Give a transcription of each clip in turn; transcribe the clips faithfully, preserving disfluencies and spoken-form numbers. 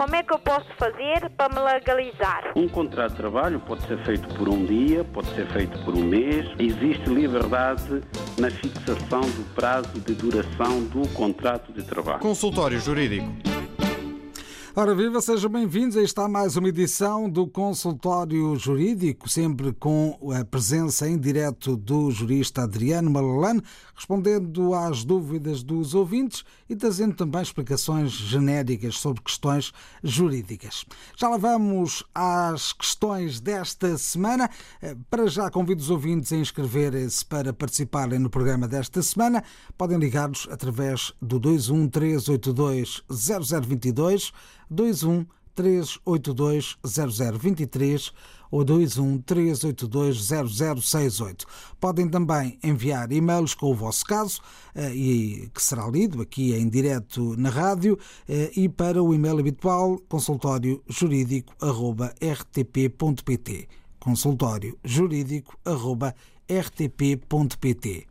Como é que eu posso fazer para me legalizar? Um contrato de trabalho pode ser feito por um dia, pode ser feito por um mês. Existe liberdade na fixação do prazo de duração do contrato de trabalho. Consultório Jurídico. Ora viva, sejam bem-vindos. Aí está mais uma edição do Consultório Jurídico, sempre com a presença em direto do jurista Adriano Malalane, respondendo às dúvidas dos ouvintes e trazendo também explicações genéricas sobre questões jurídicas. Já lá vamos às questões desta semana. Para já convido os ouvintes a inscreverem-se para participarem no programa desta semana. Podem ligar-nos através do dois um três oito dois zero zero dois dois, dois um três oito dois zero zero dois três ou dois um três oito dois zero zero seis oito. Podem também enviar e-mails com o vosso caso, e que será lido aqui em direto na rádio, e para o e-mail habitual consultório jurídico arroba r t p ponto p t. consultório jurídico arroba r t p ponto p t.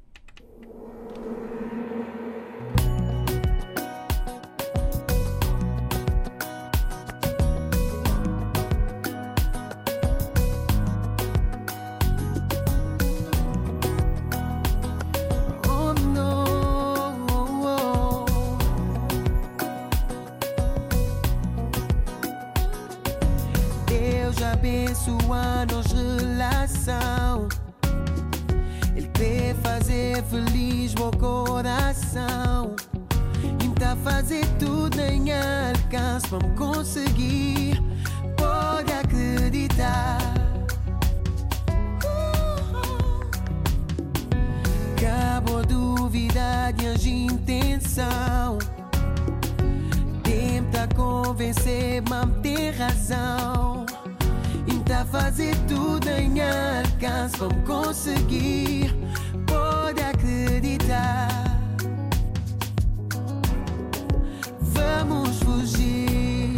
Abençoa-nos relação, Ele quer fazer feliz meu coração. E tá fazer tudo em alcance para me conseguir. Pode acreditar. Acabou dúvida de as intenção. Tenta convencer, mas tem razão. Tá fazer tudo em alcance para me conseguir. Pode acreditar. Vamos fugir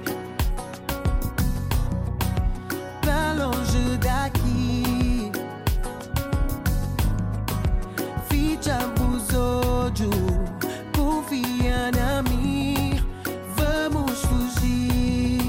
pra longe daqui. Ficha os olhos, confia na mim. Vamos fugir.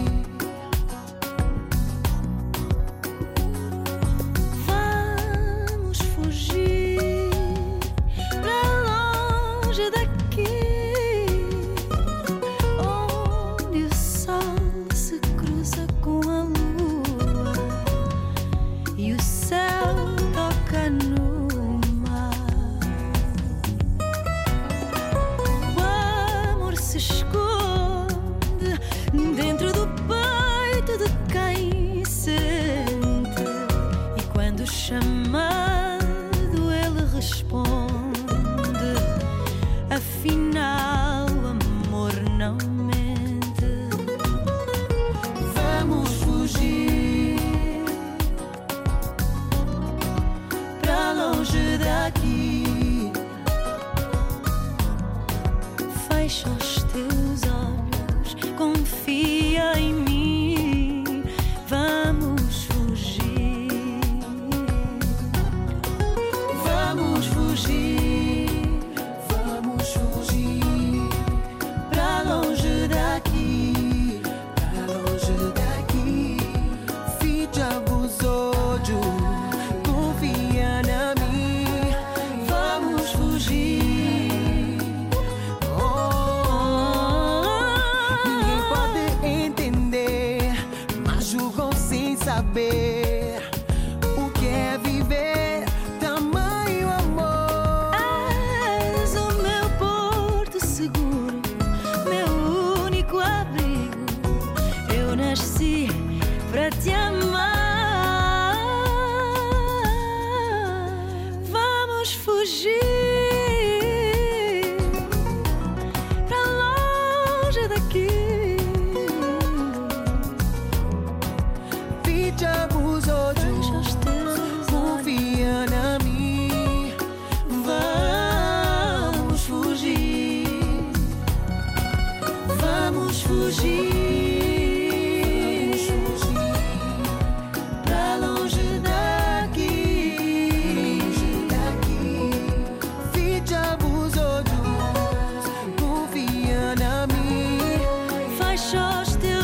Fecha os teus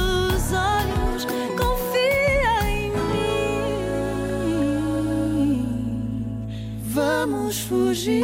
fugir.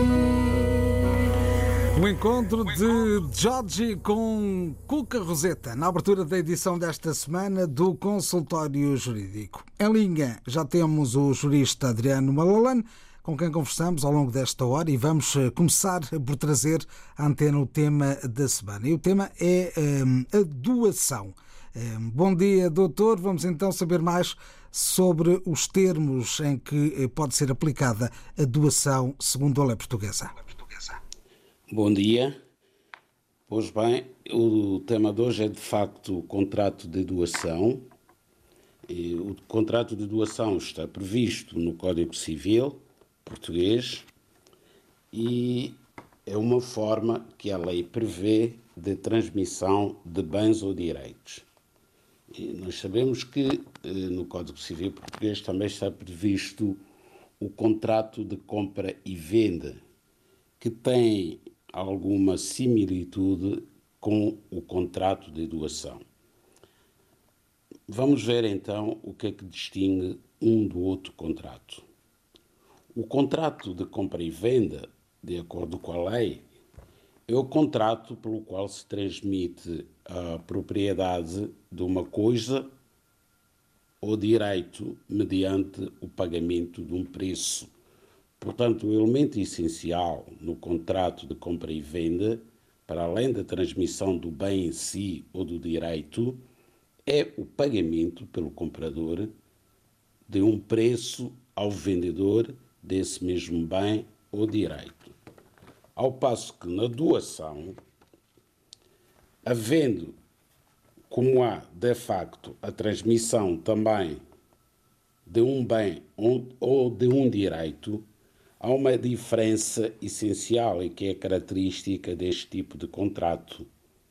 O encontro de Jorge com Cuca Roseta, na abertura da edição desta semana do Consultório Jurídico. Em linha já temos o jurista Adriano Malalane, com quem conversamos ao longo desta hora, e vamos começar por trazer à antena o tema da semana. E o tema é um, a doação. Um, bom dia, doutor. Vamos então saber mais sobre os termos em que pode ser aplicada a doação segundo a lei portuguesa. Bom dia. Pois bem, o tema de hoje é de facto o contrato de doação. E o contrato de doação está previsto no Código Civil português e é uma forma que a lei prevê de transmissão de bens ou direitos. E nós sabemos que no Código Civil português também está previsto o contrato de compra e venda, que tem alguma similitude com o contrato de doação. Vamos ver então o que é que distingue um do outro contrato. O contrato de compra e venda, de acordo com a lei, é o contrato pelo qual se transmite a propriedade de uma coisa ou direito mediante o pagamento de um preço. Portanto, o elemento essencial no contrato de compra e venda, para além da transmissão do bem em si ou do direito, é o pagamento pelo comprador de um preço ao vendedor desse mesmo bem ou direito. Ao passo que na doação, havendo, como há de facto a transmissão também de um bem ou de um direito, há uma diferença essencial e que é característica deste tipo de contrato.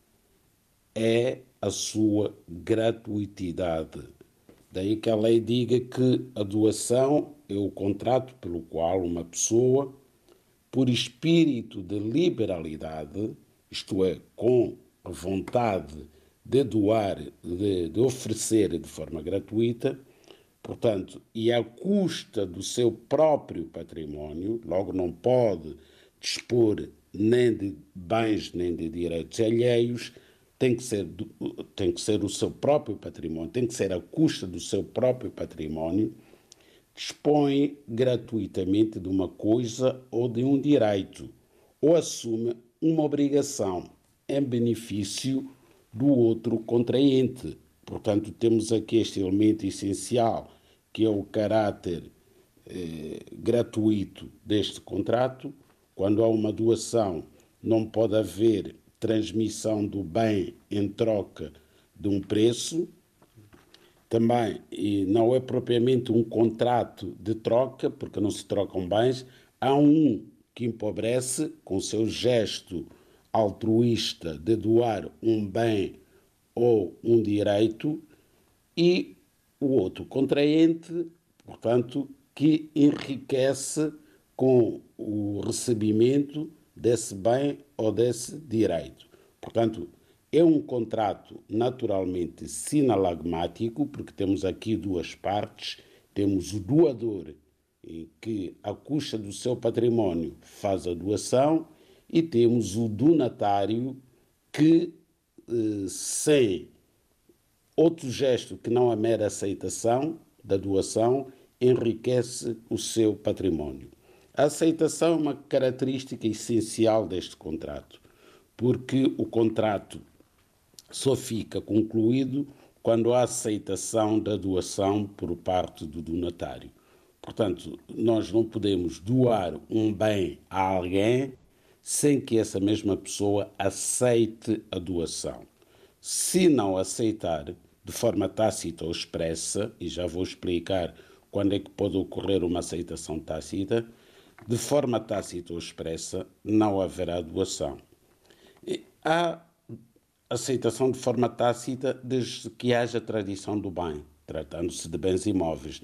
É a sua gratuitidade. Daí que a lei diga que a doação é o contrato pelo qual uma pessoa, por espírito de liberalidade, isto é, com a vontade de doar, de, de oferecer de forma gratuita, portanto, e à custa do seu próprio património, logo não pode dispor nem de bens nem de direitos alheios, tem que ser, tem que ser o seu próprio património, tem que ser à custa do seu próprio património, dispõe gratuitamente de uma coisa ou de um direito, ou assume uma obrigação em benefício do outro contraente. Portanto, temos aqui este elemento essencial, que é o caráter eh, gratuito deste contrato. Quando há uma doação, não pode haver transmissão do bem em troca de um preço. Também e não é propriamente um contrato de troca, porque não se trocam bens. Há um que empobrece com o seu gesto altruísta de doar um bem ou um direito, e o outro contraente, portanto, que enriquece com o recebimento desse bem ou desse direito. Portanto, é um contrato naturalmente sinalagmático, porque temos aqui duas partes. Temos o doador, que, à custa do seu património, faz a doação, e temos o donatário, que, eh, sem outro gesto que não a mera aceitação da doação, enriquece o seu património. A aceitação é uma característica essencial deste contrato, porque o contrato só fica concluído quando há aceitação da doação por parte do donatário. Portanto, nós não podemos doar um bem a alguém sem que essa mesma pessoa aceite a doação. Se não aceitar, de forma tácita ou expressa, e já vou explicar quando é que pode ocorrer uma aceitação tácita, de forma tácita ou expressa, não haverá doação. Há aceitação de forma tácita desde que haja tradição do bem, tratando-se de bens imóveis,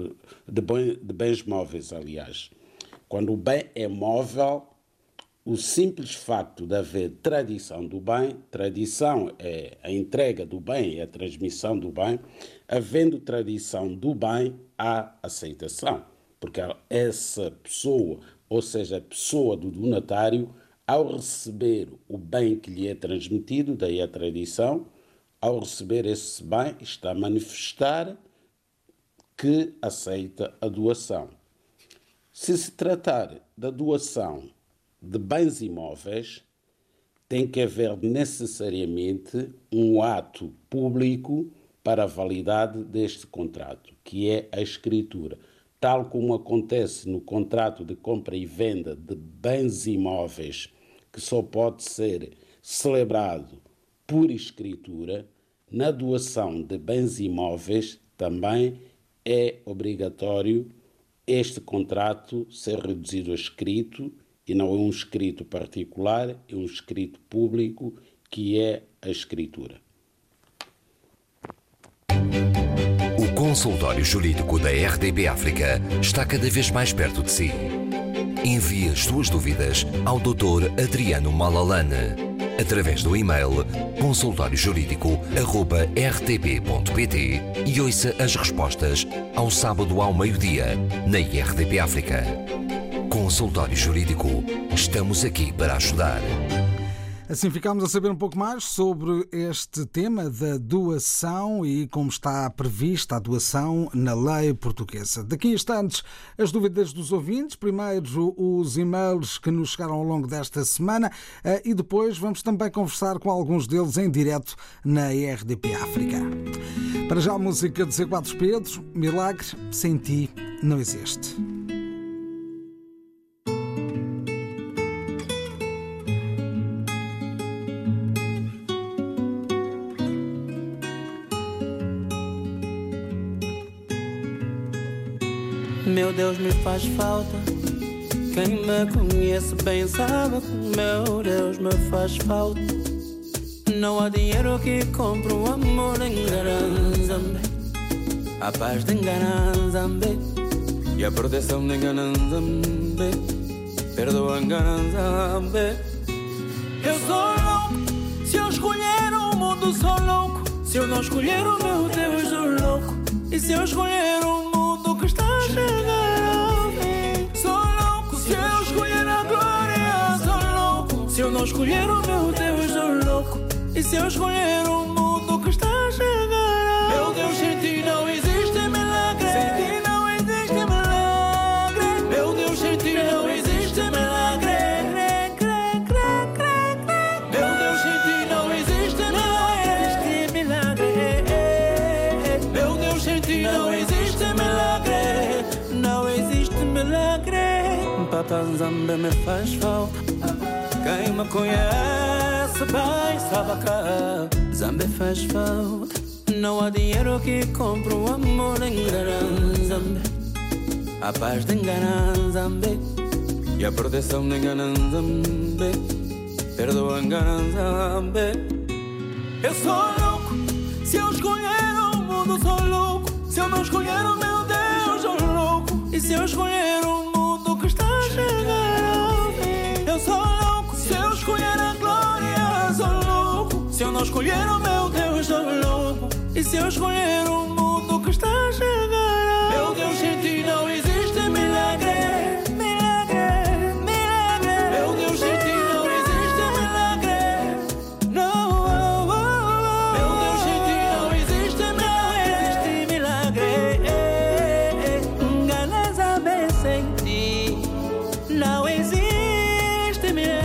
de bens móveis, aliás. Quando o bem é móvel, o simples facto de haver tradição do bem, tradição é a entrega do bem, é a transmissão do bem, havendo tradição do bem, há aceitação, porque essa pessoa ou seja, a pessoa do donatário, ao receber o bem que lhe é transmitido, daí a tradição, ao receber esse bem, está a manifestar que aceita a doação. Se se tratar da doação de bens imóveis, tem que haver necessariamente um ato público para a validade deste contrato, que é a escritura. Tal como acontece no contrato de compra e venda de bens imóveis, que só pode ser celebrado por escritura, na doação de bens imóveis também é obrigatório este contrato ser reduzido a escrito, e não é um escrito particular, é um escrito público, que é a escritura. O consultório jurídico da R D P África está cada vez mais perto de si. Envie as suas dúvidas ao doutor Adriano Malalane através do e-mail consultório jurídico arroba r t p ponto p t e ouça as respostas ao sábado ao meio-dia na R D P África. Consultório Jurídico. Estamos aqui para ajudar. Assim ficamos a saber um pouco mais sobre este tema da doação e como está prevista a doação na lei portuguesa. Daqui a instantes, as dúvidas dos ouvintes. Primeiro, os e-mails que nos chegaram ao longo desta semana e depois vamos também conversar com alguns deles em direto na R D P África. Para já a música de C quatro Pedro, Milagre sem ti não existe. Meu Deus, me faz falta. Quem me conhece bem sabe que meu Deus me faz falta. Não há dinheiro que compre o amor em Garanzambe, a paz de Garanzambe e a proteção de Garanzambe. Perdoa Garanzambe. Eu sou louco, se eu escolher o mundo sou louco. Se eu não escolher o meu Deus sou louco. E se eu escolher o mundo que está a chegar ao fim, sou louco. Se eu escolher a glória, sou louco. Se eu não escolher o meu Deus, sou louco. E se eu escolher o mundo que está a chegar ao fim, meu Deus, sem ti não existe milagre. Sem ti não existe milagre. Meu Deus, sem ti não existe milagre. Meu Deus, sem ti não existe milagre. Meu Deus, sem ti não existe milagre. Não existe milagre. Papanzambe me faz falta. Quem me conhece bem sabe que Zambe faz falta. Não há dinheiro que compre o amor em Garanzambe, a paz de Garanzambe e a proteção de Garanzambe. Perdoa Garanzambe. Eu sou louco, se eu escolher o mundo sou louco. Se eu não escolher o meu Deus sou louco. E se eu escolher o mundo que está a chegar ao fim, eu sou louco. Se eu escolher a glória sou louco. Se eu não escolher o meu Deus sou louco. E se eu escolher o mundo que está a chegar ao fim, meu Deus, sem ti não existe milagre. Milagre, milagre. Meu Deus, sem ti não existe milagre. Não, oh, oh, oh. Meu Deus, sem ti não existe milagre. Existe milagre. Garanzambe sem ti não existe milagre.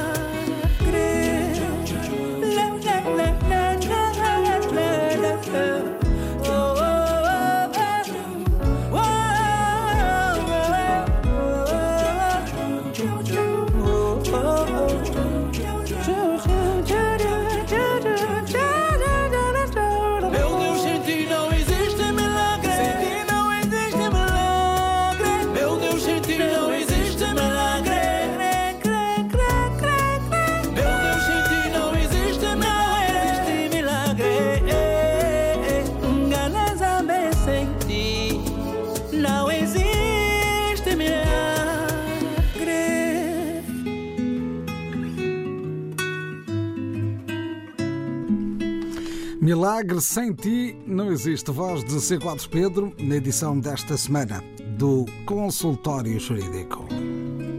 Milagre sem ti não existe. Voz de C quatro Pedro na edição desta semana do Consultório Jurídico.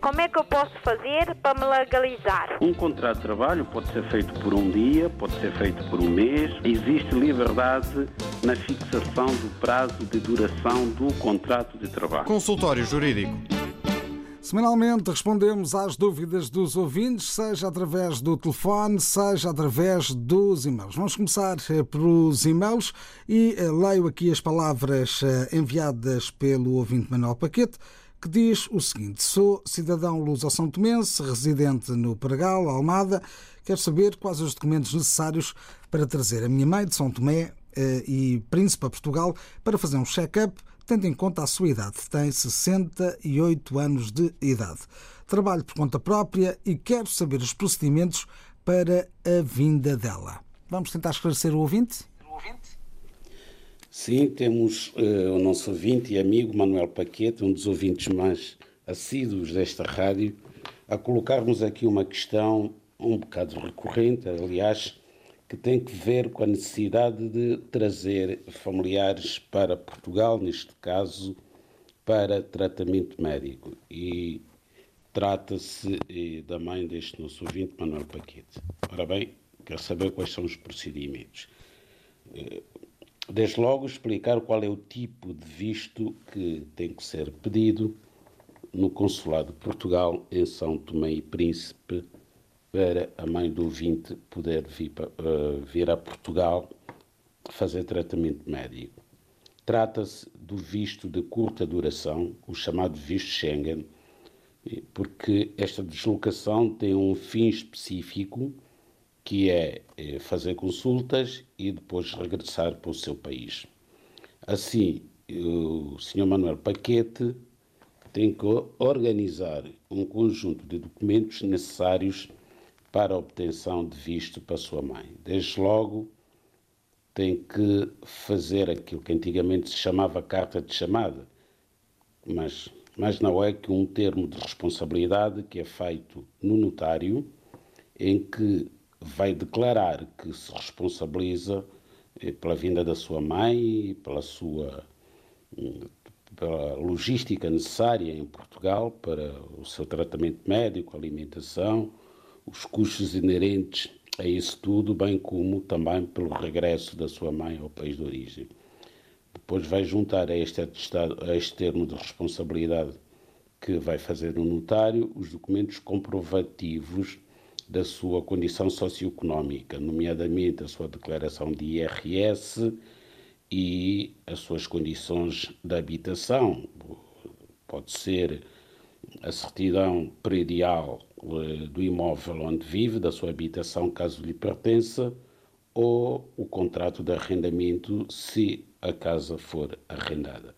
Como é que eu posso fazer para me legalizar? Um contrato de trabalho pode ser feito por um dia, pode ser feito por um mês. Existe liberdade na fixação do prazo de duração do contrato de trabalho. Consultório Jurídico. Semanalmente respondemos às dúvidas dos ouvintes, seja através do telefone, seja através dos e-mails. Vamos começar pelos e-mails e leio aqui as palavras enviadas pelo ouvinte Manuel Paquete, que diz o seguinte: sou cidadão luso-são tomense, residente no Pregal, Almada. Quero saber quais os documentos necessários para trazer a minha mãe de São Tomé e Príncipe a Portugal para fazer um check-up, tendo em conta a sua idade. Tem sessenta e oito anos de idade. Trabalho por conta própria e quero saber os procedimentos para a vinda dela. Vamos tentar esclarecer o ouvinte? Sim, temos uh, o nosso ouvinte e amigo Manuel Paquete, um dos ouvintes mais assíduos desta rádio, a colocarmos aqui uma questão um bocado recorrente, aliás, que tem que ver com a necessidade de trazer familiares para Portugal, neste caso, para tratamento médico. E trata-se eh, da mãe deste nosso ouvinte, Manuel Paquete. Ora bem, quero saber quais são os procedimentos. Eh, desde logo, explicar qual é o tipo de visto que tem que ser pedido no Consulado de Portugal, em São Tomé e Príncipe, para a mãe do ouvinte poder vir, uh, vir a Portugal fazer tratamento médico. Trata-se do visto de curta duração, o chamado visto Schengen, porque esta deslocação tem um fim específico, que é fazer consultas e depois regressar para o seu país. Assim, o senhor Manuel Paquete tem que organizar um conjunto de documentos necessários para a obtenção de visto para a sua mãe. Desde logo, tem que fazer aquilo que antigamente se chamava carta de chamada, mas, mas não é que um termo de responsabilidade que é feito no notário, em que vai declarar que se responsabiliza pela vinda da sua mãe, pela sua pela logística necessária em Portugal para o seu tratamento médico, alimentação, os custos inerentes a isso tudo, bem como também pelo regresso da sua mãe ao país de origem. Depois vai juntar a este, atestado, a este termo de responsabilidade que vai fazer no notário os documentos comprovativos da sua condição socioeconómica, nomeadamente a sua declaração de I R S e as suas condições de habitação. Pode ser a certidão predial do imóvel onde vive, da sua habitação, caso lhe pertença, ou o contrato de arrendamento, se a casa for arrendada.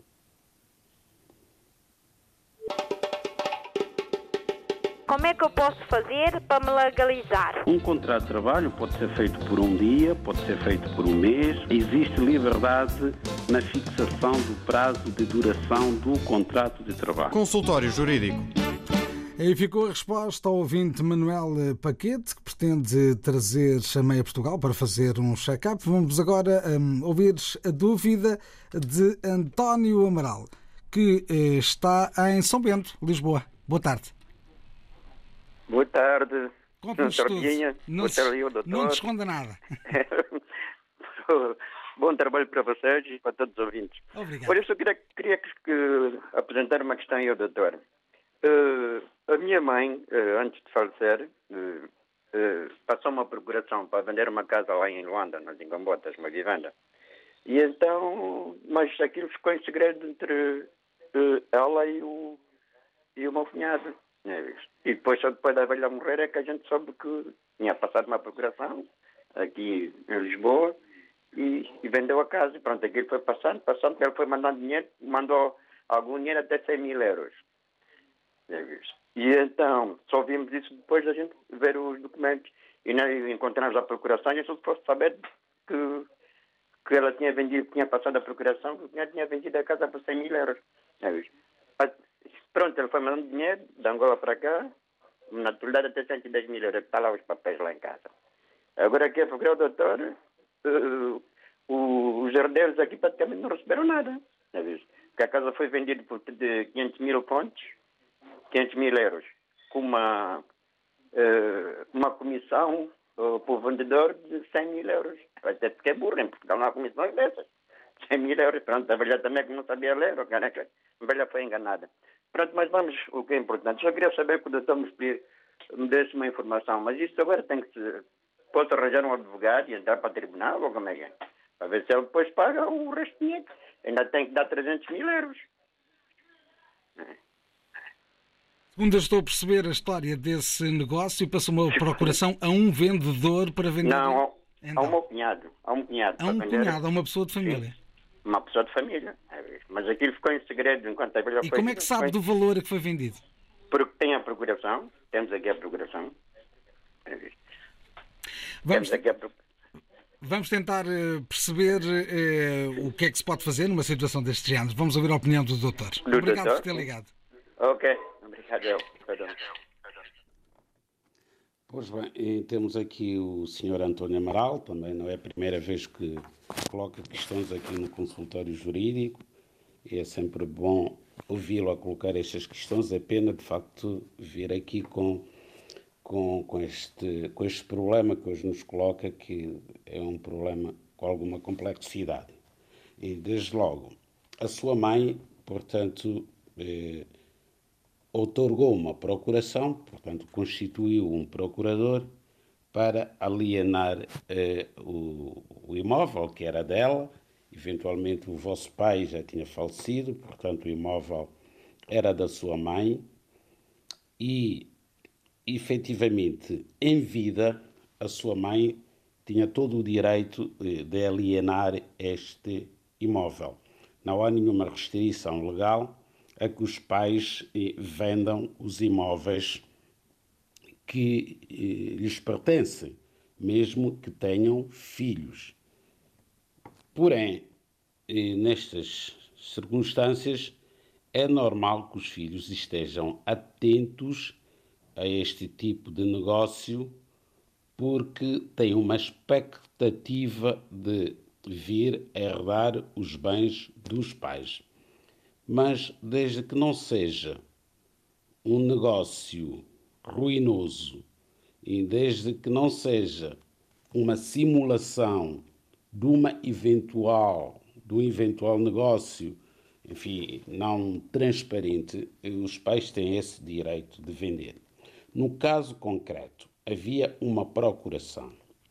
Como é que eu posso fazer para me legalizar? Um contrato de trabalho pode ser feito por um dia, pode ser feito por um mês. Existe liberdade na fixação do prazo de duração do contrato de trabalho. Consultório Jurídico. Aí ficou a resposta ao ouvinte Manuel Paquete, que pretende trazer a mãe a Portugal para fazer um check-up. Vamos agora um, ouvir a dúvida de António Amaral, que eh, está em São Bento, Lisboa. Boa tarde. Boa tarde. Conta-nos tudo. Não, Boa tarde, doutor. Não te esconda nada. Bom trabalho para vocês e para todos os ouvintes. Obrigado. Olha, eu só queria, queria que, que apresentar uma questão aí ao doutor. Uh, a minha mãe, uh, antes de falecer, uh, uh, passou uma procuração para vender uma casa lá em Luanda, nas Ingambotas, uma vivenda. E então, mas aquilo ficou em segredo entre uh, ela e o, e o meu cunhado. E depois, só depois da velha morrer, é que a gente soube que tinha passado uma procuração aqui em Lisboa e, e vendeu a casa. E pronto, aquilo foi passando, passando, ele foi mandando dinheiro, mandou algum dinheiro até cem mil euros. E então, só vimos isso depois da gente ver os documentos. E nós encontramos a procuração e eu só fosse saber que, que ela tinha vendido, tinha passado a procuração, que o cunhado tinha vendido a casa por cem mil euros. Pronto, ele foi mandando dinheiro de Angola para cá, na totalidade até cento e dez mil euros, está lá os papéis lá em casa. Agora aqui a procurar o doutor, uh, uh, os herdeiros aqui praticamente não receberam nada. Porque a casa foi vendida por de quinhentos mil pontos, quinhentos mil euros. com uma, uh, uma comissão uh, para o vendedor de cem mil euros. Até porque é burro, em Portugal não há comissões dessas. cem mil euros, pronto, a velha também que não sabia ler, a velha foi enganada. Pronto, mas vamos, o que é importante. Só queria saber que o doutor me, explique, me desse uma informação, mas isso agora tem que se... Posso arranjar um advogado e entrar para o tribunal, ou como é que é? Para ver se ele depois paga o restinho. Ainda tem que dar trezentos mil euros. Segundo eu estou a perceber a história desse negócio, passou uma procuração a um vendedor para vender... Não, então, a um cunhado. A um cunhado. A um vender... cunhado, a uma pessoa de família. Sim, uma pessoa de família. Mas aquilo ficou em segredo enquanto a velha foi... E como é que sabe foi... do valor a que foi vendido? Porque tem a procuração. Temos aqui a procuração. Vamos... Temos aqui a procuração. Vamos tentar perceber uh, o que é que se pode fazer numa situação deste género. Vamos ouvir a opinião do doutor. Do Obrigado doutor? por ter ligado. Ok, obrigado. Eu. Pois bem, temos aqui o senhor António Amaral, também não é a primeira vez que coloca questões aqui no consultório jurídico, e é sempre bom ouvi-lo a colocar estas questões. É pena, de facto, vir aqui com... Com, com, este, com este problema que hoje nos coloca, que é um problema com alguma complexidade. E, desde logo, a sua mãe, portanto, eh, outorgou uma procuração, portanto, constituiu um procurador para alienar eh, o, o imóvel que era dela. Eventualmente, o vosso pai já tinha falecido, portanto, o imóvel era da sua mãe. E efetivamente, em vida, a sua mãe tinha todo o direito de alienar este imóvel. Não há nenhuma restrição legal a que os pais vendam os imóveis que lhes pertencem, mesmo que tenham filhos. Porém, nestas circunstâncias, é normal que os filhos estejam atentos a este tipo de negócio, porque tem uma expectativa de vir a herdar os bens dos pais. Mas desde que não seja um negócio ruinoso e desde que não seja uma simulação de uma eventual, de um eventual negócio, enfim, não transparente, os pais têm esse direito de vender. No caso concreto, havia uma procuração.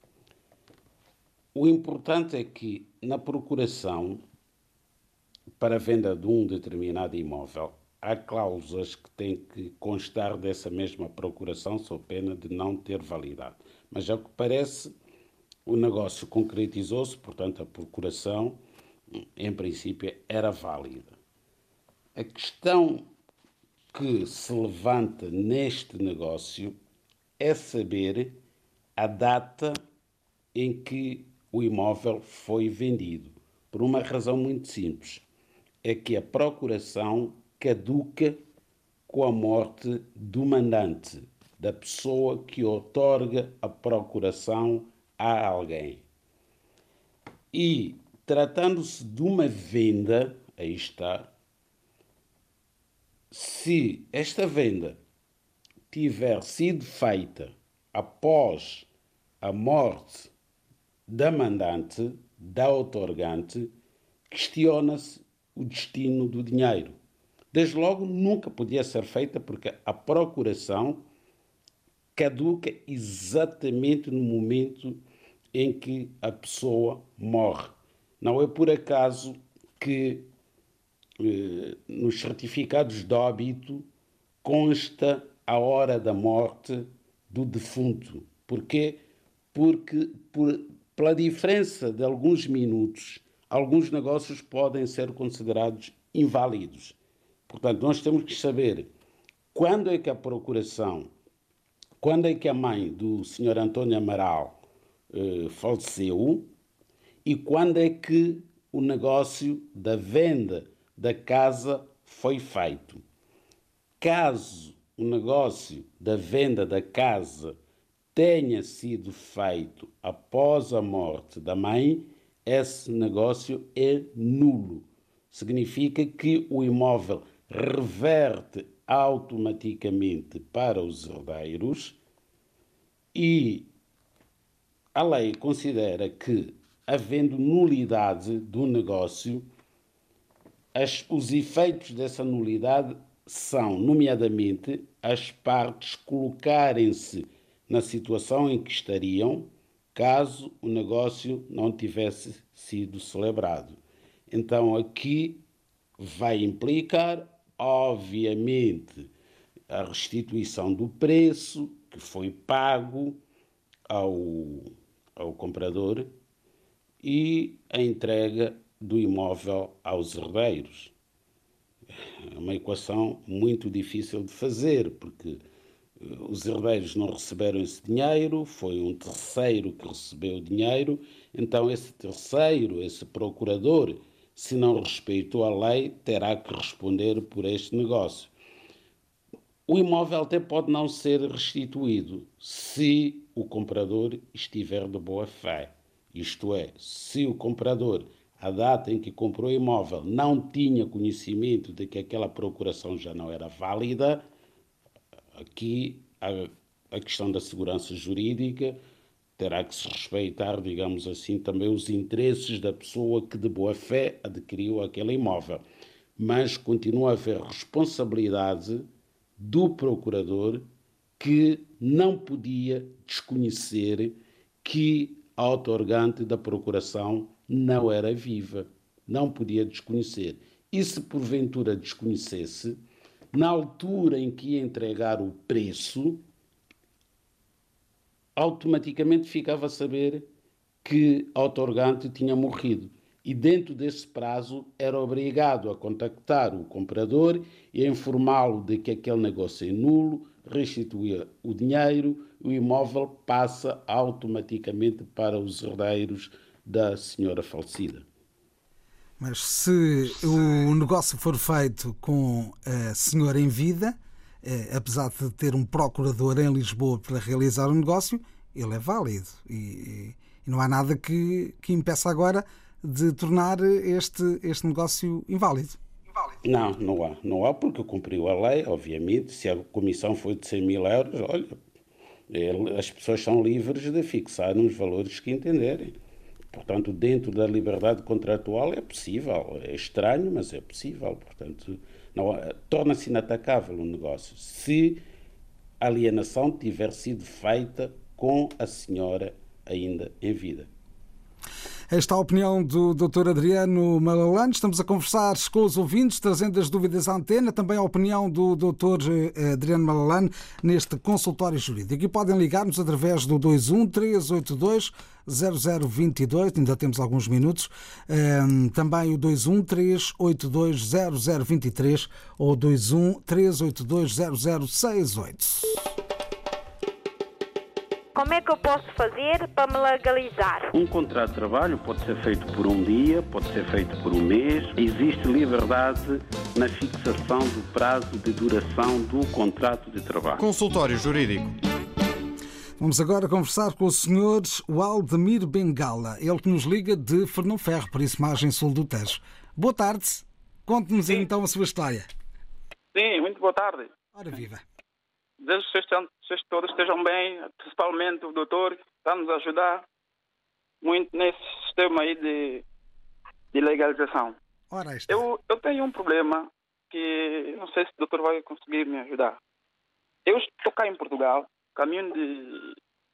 O importante é que, na procuração, para a venda de um determinado imóvel, há cláusulas que têm que constar dessa mesma procuração, sob pena de não ter validade. Mas, ao que parece, o negócio concretizou-se, portanto, a procuração, em princípio, era válida. A questão que se levanta neste negócio é saber a data em que o imóvel foi vendido. Por uma razão muito simples, é que a procuração caduca com a morte do mandante, da pessoa que outorga a procuração a alguém. E, tratando-se de uma venda, aí está, se esta venda tiver sido feita após a morte da mandante, da outorgante, questiona-se o destino do dinheiro. Desde logo, nunca podia ser feita porque a procuração caduca exatamente no momento em que a pessoa morre. Não é por acaso que eh, nos certificados de óbito consta a hora da morte do defunto. Porquê? Porque, por, pela diferença de alguns minutos, alguns negócios podem ser considerados inválidos. Portanto, nós temos que saber quando é que a procuração, quando é que a mãe do senhor António Amaral eh, faleceu e quando é que o negócio da venda da casa foi feito. Caso o negócio da venda da casa tenha sido feito após a morte da mãe, esse negócio é nulo. Significa que o imóvel reverte automaticamente para os herdeiros e a lei considera que, havendo nulidade do negócio, as, os efeitos dessa nulidade são, nomeadamente, as partes colocarem-se na situação em que estariam caso o negócio não tivesse sido celebrado. Então, aqui vai implicar, obviamente, a restituição do preço que foi pago ao, ao comprador e a entrega do imóvel aos herdeiros. É uma equação muito difícil de fazer, porque os herdeiros não receberam esse dinheiro, foi um terceiro que recebeu o dinheiro, então esse terceiro, esse procurador, se não respeitou a lei, terá que responder por este negócio. O imóvel até pode não ser restituído se o comprador estiver de boa fé. Isto é, se o comprador, à data em que comprou o imóvel, não tinha conhecimento de que aquela procuração já não era válida, aqui a, a questão da segurança jurídica terá que se respeitar, digamos assim, também os interesses da pessoa que de boa fé adquiriu aquele imóvel. Mas continua a haver responsabilidade do procurador que não podia desconhecer que a outorgante da procuração não era viva. Não podia desconhecer. E se porventura desconhecesse, na altura em que ia entregar o preço, automaticamente ficava a saber que a outorgante tinha morrido. E dentro desse prazo era obrigado a contactar o comprador e a informá-lo de que aquele negócio é nulo, restituía o dinheiro, o imóvel passa automaticamente para os herdeiros da senhora falecida. Mas se o negócio for feito com a senhora em vida, eh, apesar de ter um procurador em Lisboa para realizar o negócio, ele é válido. E, e não há nada que, que impeça agora de tornar este, este negócio inválido. Não, não há. Não há porque cumpriu a lei, obviamente. Se a comissão foi de cem mil euros, olha, ele, as pessoas são livres de fixar os valores que entenderem. Portanto, dentro da liberdade contratual é possível. É estranho, mas é possível. Portanto, não, torna-se inatacável o negócio se a alienação tiver sido feita com a senhora ainda em vida. Esta é a opinião do doutor Adriano Malalane. Estamos a conversar com os ouvintes, trazendo as dúvidas à antena. Também a opinião do doutor Adriano Malalane neste consultório jurídico. E podem ligar-nos através do dois um três oito dois zero zero dois dois. Ainda temos alguns minutos. Um, também o dois um três oito dois zero zero dois três ou dois um três oito dois zero zero seis oito. Como é que eu posso fazer para me legalizar? Um contrato de trabalho pode ser feito por um dia, pode ser feito por um mês. Existe liberdade na fixação do prazo de duração do contrato de trabalho. Consultório Jurídico. Vamos agora conversar com o senhor Waldemir Bengala, ele que nos liga de Fernão Ferro, por isso margem sul do Tejo. Boa tarde, conte-nos então a sua história. Sim, muito boa tarde. Ora viva. Desejo que vocês todos estejam bem, principalmente o doutor, que está a nos ajudar muito nesse sistema aí de, de legalização. Ora, está. Eu, eu tenho um problema que não sei se o doutor vai conseguir me ajudar. Eu estou cá em Portugal, caminho de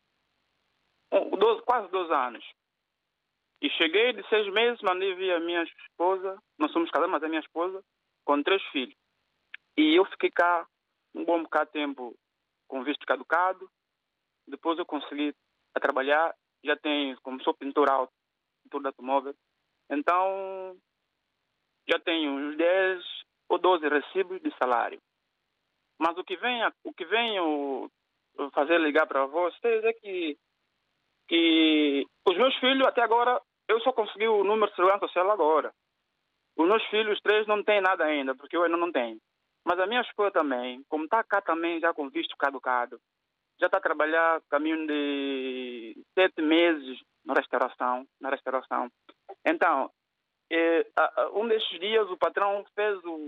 doze, quase doze anos. E cheguei de seis meses, mandei vir a minha esposa, nós somos casados, mas a minha esposa, com três filhos. E eu fiquei cá um bom bocado de tempo com visto caducado. Depois eu consegui a trabalhar, já tenho, como sou pintor alto, pintor de automóvel, então já tenho uns dez ou doze recibos de salário. Mas o que vem, o que venho fazer ligar para vocês é que, que os meus filhos, até agora, eu só consegui o número de segurança social agora. Os meus filhos, três, não têm nada ainda, porque eu ainda não tenho. Mas a minha esposa também, como está cá também já com visto caducado, já está a trabalhar caminho de sete meses na restauração, na restauração. Então, eh, um desses dias o patrão fez o,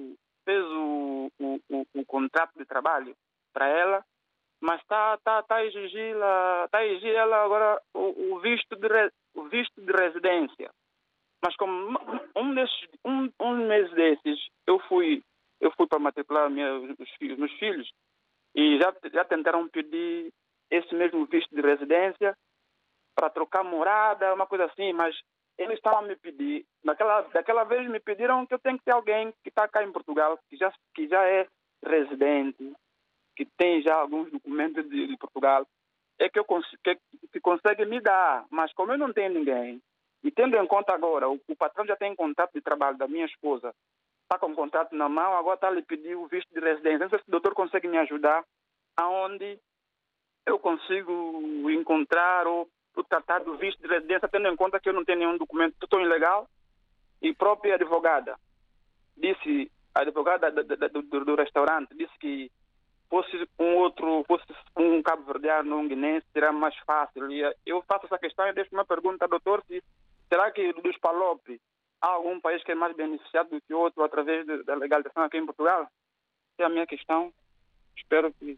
fez o, o, o, o contrato de trabalho para ela, mas está tá, tá a exigir, tá a exigir ela agora o, o, visto de re, o visto de residência. Mas como um, desses, um, um mês desses eu fui, eu fui para matricular minha, os filhos, meus filhos e já, já tentaram pedir esse mesmo visto de residência para trocar morada, uma coisa assim, mas eles estavam a me pedir, daquela, daquela vez me pediram que eu tenho que ter alguém que está cá em Portugal, que já, que já é residente, que tem já alguns documentos de, de Portugal, é que, eu cons que, que consegue me dar. Mas como eu não tenho ninguém, e tendo em conta agora, o, o patrão já tem contrato de trabalho da minha esposa, está com o contrato na mão, agora está a lhe pedir o visto de residência. Não sei se o doutor consegue me ajudar aonde eu consigo encontrar ou o tratar do visto de residência, tendo em conta que eu não tenho nenhum documento, estou ilegal. E própria advogada disse, a advogada do, do, do, do restaurante disse que fosse um outro, fosse um cabo-verdiano, um guinense, será mais fácil. E eu faço essa questão e deixo uma pergunta, doutor, se será que dos P A L O P há algum país que é mais beneficiado do que outro através de, da legalização aqui em Portugal? Essa é a minha questão. Espero que...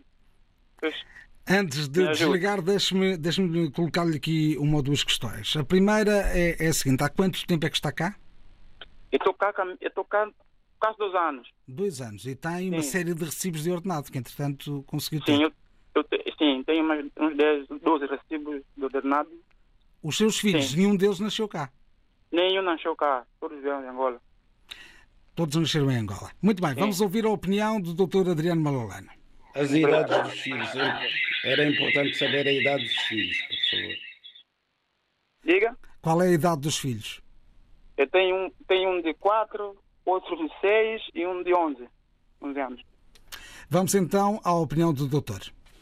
Antes de desligar, deixe-me deixe-me colocar-lhe aqui uma ou duas questões. A primeira é, é a seguinte: há quanto tempo é que está cá? Eu estou cá, eu estou cá quase dois anos. Dois anos. E tem uma sim. série de recibos de ordenado, que entretanto conseguiu ter. Sim, eu, eu te, sim tenho mais, uns dez, doze recibos de ordenado. Os seus filhos, sim. Nenhum deles nasceu cá? Nenhum nasceu cá, todos vieram em Angola. Todos nasceram em Angola. Muito bem, sim. Vamos ouvir a opinião do doutor Adriano Malalane. As idades dos filhos. Era importante saber a idade dos filhos, por favor. Diga. Qual é a idade dos filhos? Eu tenho um, tenho um de quatro, outro de seis e um de onze. onze anos. Vamos então à opinião do doutor.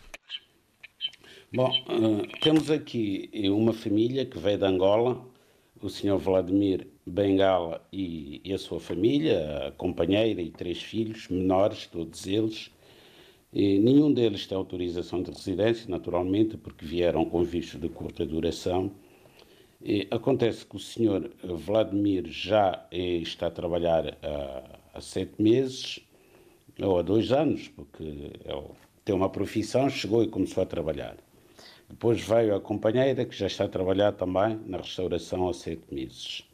Bom, uh, temos aqui uma família que veio de Angola, o senhor Vladimir Bengala e, e a sua família, a companheira e três filhos menores, todos eles. E nenhum deles tem autorização de residência, naturalmente, porque vieram com visto de curta duração. E acontece que o senhor Vladimir já está a trabalhar há, há sete meses, ou há dois anos, porque ele tem uma profissão, chegou e começou a trabalhar. Depois veio a companheira, que já está a trabalhar também na restauração há sete meses.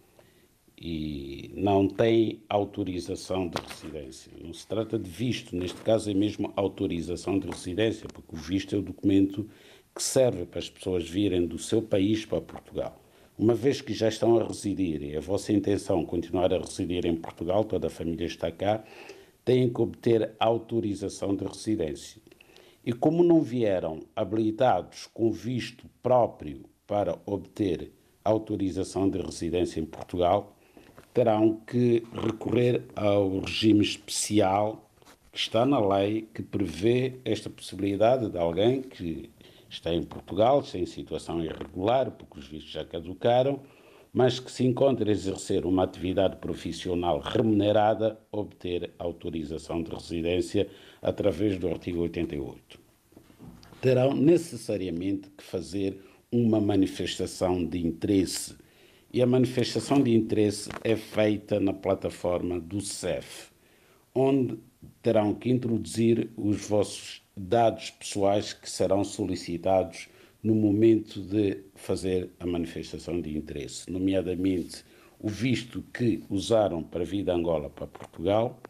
E não tem autorização de residência. Não se trata de visto, neste caso é mesmo autorização de residência, porque o visto é o documento que serve para as pessoas virem do seu país para Portugal. Uma vez que já estão a residir e a vossa intenção continuar a residir em Portugal, toda a família está cá, têm que obter autorização de residência. E como não vieram habilitados com visto próprio para obter autorização de residência em Portugal, terão que recorrer ao regime especial que está na lei, que prevê esta possibilidade de alguém que está em Portugal, sem situação irregular, porque os vistos já caducaram, mas que se encontra a exercer uma atividade profissional remunerada, obter autorização de residência através do artigo oitenta e oito. Terão necessariamente que fazer uma manifestação de interesse. E a manifestação de interesse é feita na plataforma do C E F, onde terão que introduzir os vossos dados pessoais que serão solicitados no momento de fazer a manifestação de interesse, nomeadamente o visto que usaram para vir de Angola para Portugal,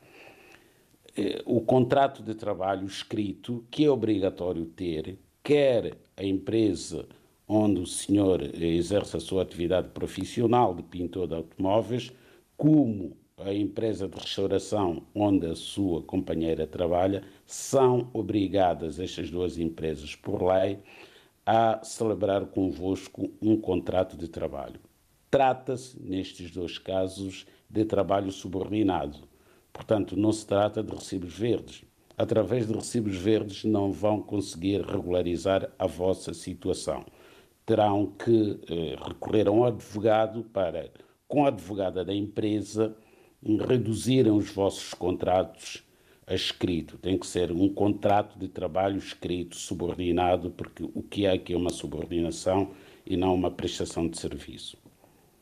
o contrato de trabalho escrito, que é obrigatório ter, quer a empresa onde o senhor exerce a sua atividade profissional de pintor de automóveis, como a empresa de restauração onde a sua companheira trabalha, são obrigadas, estas duas empresas, por lei, a celebrar convosco um contrato de trabalho. Trata-se, nestes dois casos, de trabalho subordinado. Portanto, não se trata de recibos verdes. Através de recibos verdes não vão conseguir regularizar a vossa situação. Terão que eh, recorrer a um advogado para, com a advogada da empresa, reduzirem os vossos contratos a escrito. Tem que ser um contrato de trabalho escrito, subordinado, porque o que é aqui é uma subordinação e não uma prestação de serviço.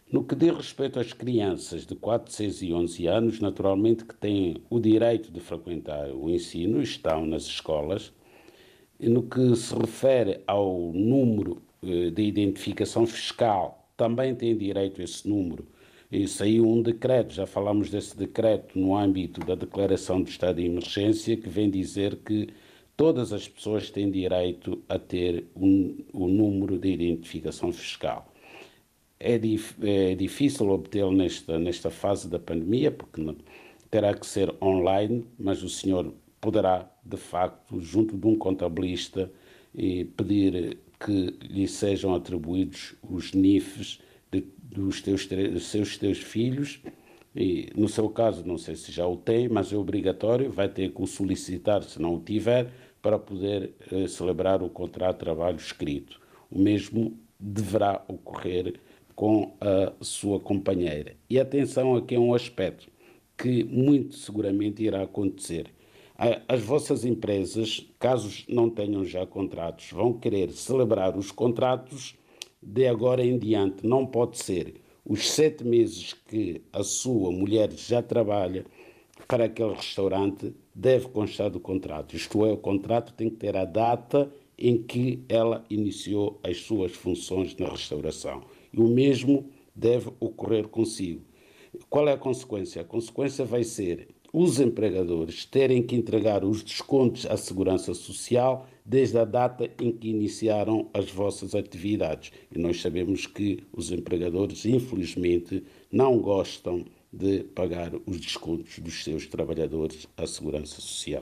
No que diz respeito às crianças de quatro, seis e onze anos, naturalmente que têm o direito de frequentar o ensino, estão nas escolas. E no que se refere ao número eh, de identificação fiscal, também têm direito a esse número. E saiu um decreto, já falamos desse decreto no âmbito da declaração de estado de emergência, que vem dizer que todas as pessoas têm direito a ter um, o número de identificação fiscal. É, dif, é difícil obtê-lo nesta, nesta fase da pandemia, porque não, terá que ser online, mas o senhor poderá, de facto, junto de um contabilista, e pedir que lhe sejam atribuídos os N I Fs de, dos, teus, dos seus teus filhos. E, no seu caso, não sei se já o tem, mas é obrigatório, vai ter que o solicitar, se não o tiver, para poder eh, celebrar o contrato de trabalho escrito. O mesmo deverá ocorrer com a sua companheira. E atenção, aqui é um aspecto que muito seguramente irá acontecer. As vossas empresas, caso não tenham já contratos, vão querer celebrar os contratos de agora em diante. Não pode ser os sete meses que a sua mulher já trabalha para aquele restaurante, deve constar do contrato. Isto é, o contrato tem que ter a data em que ela iniciou as suas funções na restauração. E o mesmo deve ocorrer consigo. Qual é a consequência? A consequência vai ser os empregadores terem que entregar os descontos à Segurança Social desde a data em que iniciaram as vossas atividades. E nós sabemos que os empregadores, infelizmente, não gostam de pagar os descontos dos seus trabalhadores à Segurança Social.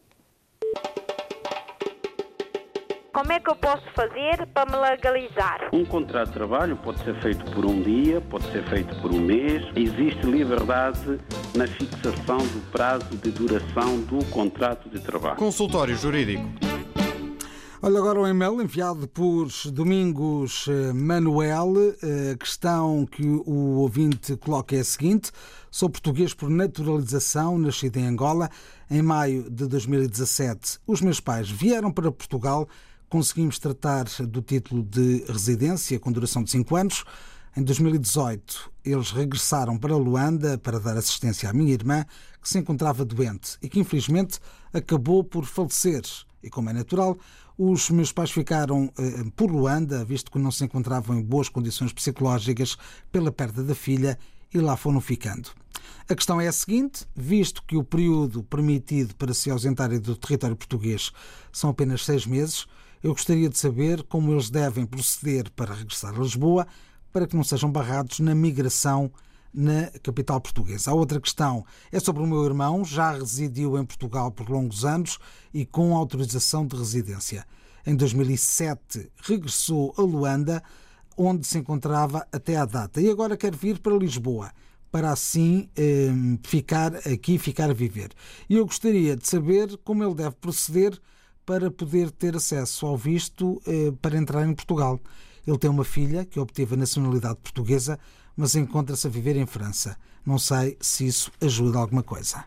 Como é que eu posso fazer para me legalizar? Um contrato de trabalho pode ser feito por um dia, pode ser feito por um mês. Existe liberdade na fixação do prazo de duração do contrato de trabalho. Consultório Jurídico. Olha agora um e-mail enviado por Domingos Manuel. A questão que o ouvinte coloca é a seguinte: sou português por naturalização, nascido em Angola. Em maio de dois mil e dezassete, os meus pais vieram para Portugal. Conseguimos tratar do título de residência com duração de cinco anos. Em dois mil e dezoito, eles regressaram para Luanda para dar assistência à minha irmã, que se encontrava doente e que, infelizmente, acabou por falecer. E, como é natural, os meus pais ficaram eh, por Luanda, visto que não se encontravam em boas condições psicológicas pela perda da filha, e lá foram ficando. A questão é a seguinte: visto que o período permitido para se ausentarem do território português são apenas seis meses, eu gostaria de saber como eles devem proceder para regressar a Lisboa, para que não sejam barrados na migração na capital portuguesa. A outra questão é sobre o meu irmão, já residiu em Portugal por longos anos e com autorização de residência. Em dois mil e sete regressou a Luanda, onde se encontrava até à data, e agora quer vir para Lisboa, para assim eh, ficar aqui, ficar a viver. E eu gostaria de saber como ele deve proceder para poder ter acesso ao visto eh, para entrar em Portugal. Ele tem uma filha que obteve a nacionalidade portuguesa, mas encontra-se a viver em França. Não sei se isso ajuda alguma coisa.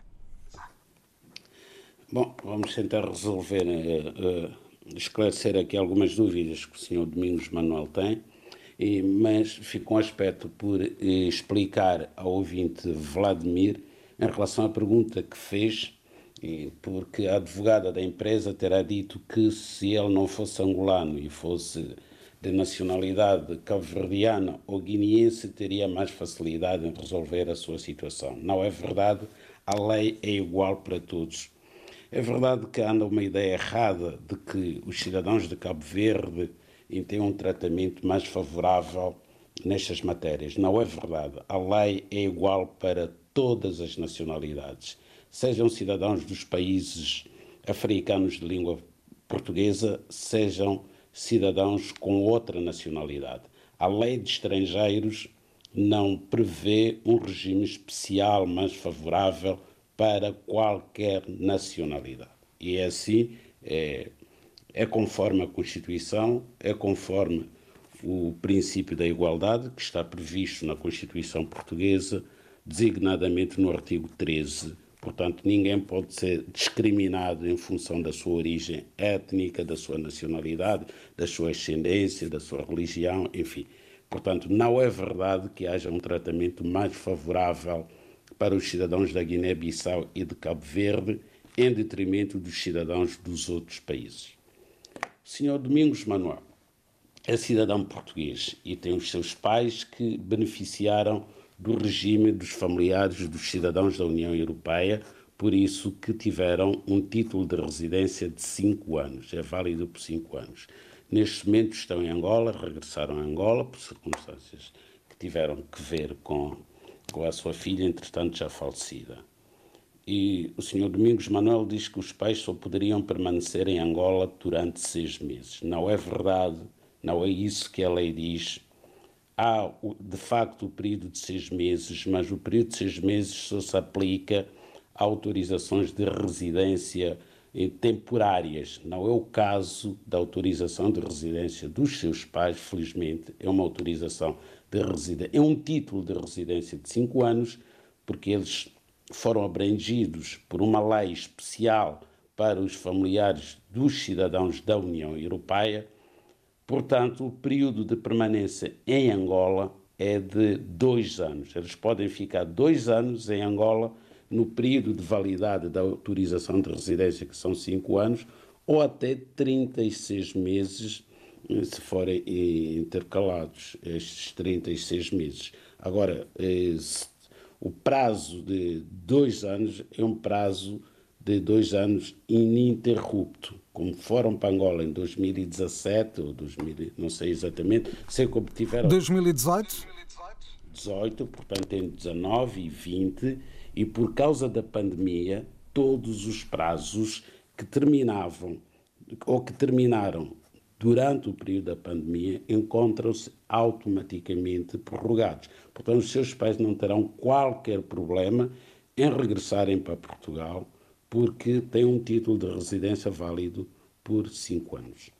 Bom, vamos tentar resolver, uh, uh, esclarecer aqui algumas dúvidas que o senhor Domingos Manuel tem, e, mas fica um aspecto por uh, explicar ao ouvinte Vladimir em relação à pergunta que fez, e porque a advogada da empresa terá dito que se ele não fosse angolano e fosse de nacionalidade cabo-verdiana ou guineense, teria mais facilidade em resolver a sua situação. Não é verdade, a lei é igual para todos. É verdade que anda uma ideia errada de que os cidadãos de Cabo Verde têm um tratamento mais favorável nestas matérias. Não é verdade. A lei é igual para todas as nacionalidades. Sejam cidadãos dos países africanos de língua portuguesa, sejam cidadãos com outra nacionalidade. A lei de estrangeiros não prevê um regime especial mais favorável para qualquer nacionalidade. E é assim, é, é conforme a Constituição, é conforme o princípio da igualdade, que está previsto na Constituição portuguesa, designadamente no artigo treze. Portanto, ninguém pode ser discriminado em função da sua origem étnica, da sua nacionalidade, da sua ascendência, da sua religião, enfim. Portanto, não é verdade que haja um tratamento mais favorável para os cidadãos da Guiné-Bissau e de Cabo Verde, em detrimento dos cidadãos dos outros países. O senhor Domingos Manuel é cidadão português e tem os seus pais que beneficiaram do regime dos familiares dos cidadãos da União Europeia, por isso que tiveram um título de residência de cinco anos, é válido por cinco anos. Neste momento estão em Angola, regressaram a Angola por circunstâncias que tiveram que ver com, com a sua filha, entretanto já falecida. E o senhor Domingos Manuel diz que os pais só poderiam permanecer em Angola durante seis meses. Não é verdade, não é isso que a lei diz. Há, de facto, o período de seis meses, mas o período de seis meses só se aplica a autorizações de residência temporárias. Não é o caso da autorização de residência dos seus pais, felizmente. É uma autorização de residência, é um título de residência de cinco anos, porque eles foram abrangidos por uma lei especial para os familiares dos cidadãos da União Europeia. Portanto, o período de permanência em Angola é de dois anos. Eles podem ficar dois anos em Angola no período de validade da autorização de residência, que são cinco anos, ou até trinta e seis meses, se forem intercalados estes trinta e seis meses. Agora, o prazo de dois anos é um prazo de dois anos ininterrupto. Como foram para Angola em dois mil e dezassete, ou dois mil, não sei exatamente, sei como tiveram... dois mil e dezoito? dezoito, portanto em dezenove e vinte, e por causa da pandemia, todos os prazos que terminavam, ou que terminaram durante o período da pandemia, encontram-se automaticamente prorrogados. Portanto, os seus pais não terão qualquer problema em regressarem para Portugal, porque têm um título de residência válido por cinco anos.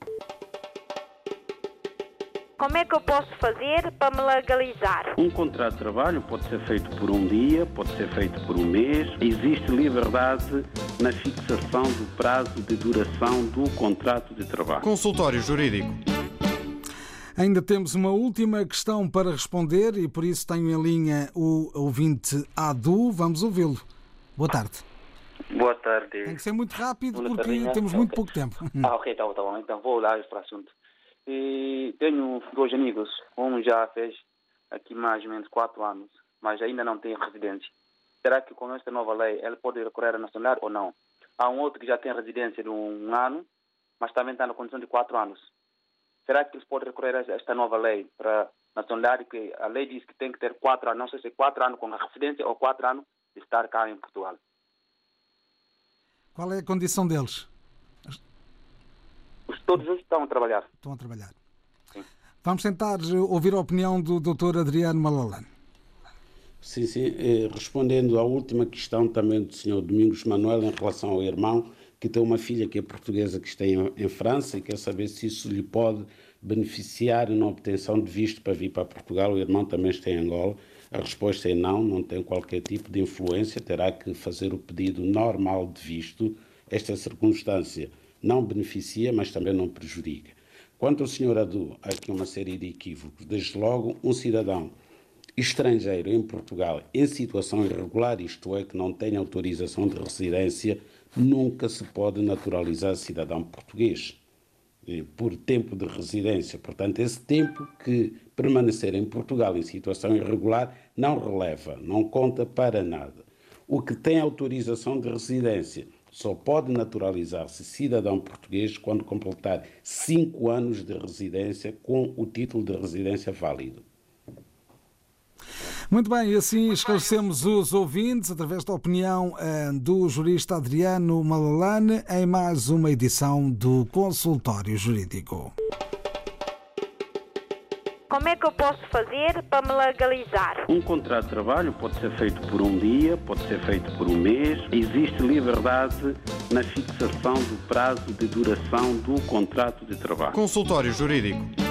Como é que eu posso fazer para me legalizar? Um contrato de trabalho pode ser feito por um dia, pode ser feito por um mês. Existe liberdade na fixação do prazo de duração do contrato de trabalho. Consultório Jurídico. Ainda temos uma última questão para responder e por isso tenho em linha o ouvinte Adu. Vamos ouvi-lo. Boa tarde. Boa tarde. Tem que ser muito rápido Boa porque tardinha. temos muito okay. pouco tempo. Ah, ok, tá bom, tá bom. Então vou lá para o assunto. E tenho dois amigos. Um já fez aqui mais ou menos quatro anos, mas ainda não tem residência. Será que com esta nova lei ele pode recorrer à nacionalidade ou não? Há um outro que já tem residência de um ano, mas também está na condição de quatro anos. Será que eles podem recorrer a esta nova lei para nacionalidade? Que a lei diz que tem que ter quatro anos, não sei se é quatro anos com a residência ou quatro anos de estar cá em Portugal. Qual é a condição deles? Todos eles estão a trabalhar. Estão a trabalhar. Sim. Vamos tentar ouvir a opinião do doutor Adriano Malalane. Sim, sim. Respondendo à última questão também do senhor Domingos Manuel em relação ao irmão, que tem uma filha que é portuguesa que está em, em França e quer saber se isso lhe pode beneficiar na obtenção de visto para vir para Portugal. O irmão também está em Angola. A resposta é não, não tem qualquer tipo de influência, terá que fazer o pedido normal de visto. Esta circunstância não beneficia, mas também não prejudica. Quanto ao senhor Adu, há aqui uma série de equívocos. Desde logo, um cidadão estrangeiro em Portugal em situação irregular, isto é, que não tem autorização de residência, nunca se pode naturalizar cidadão português por tempo de residência. Portanto, esse tempo que permanecer em Portugal em situação irregular não releva, não conta para nada. O que tem autorização de residência só pode naturalizar-se cidadão português quando completar cinco anos de residência com o título de residência válido. Muito bem, e assim esclarecemos os ouvintes através da opinião uh, do jurista Adriano Malalane em mais uma edição do Consultório Jurídico. Como é que eu posso fazer para me legalizar? Um contrato de trabalho pode ser feito por um dia, pode ser feito por um mês. Existe liberdade na fixação do prazo de duração do contrato de trabalho. Consultório Jurídico.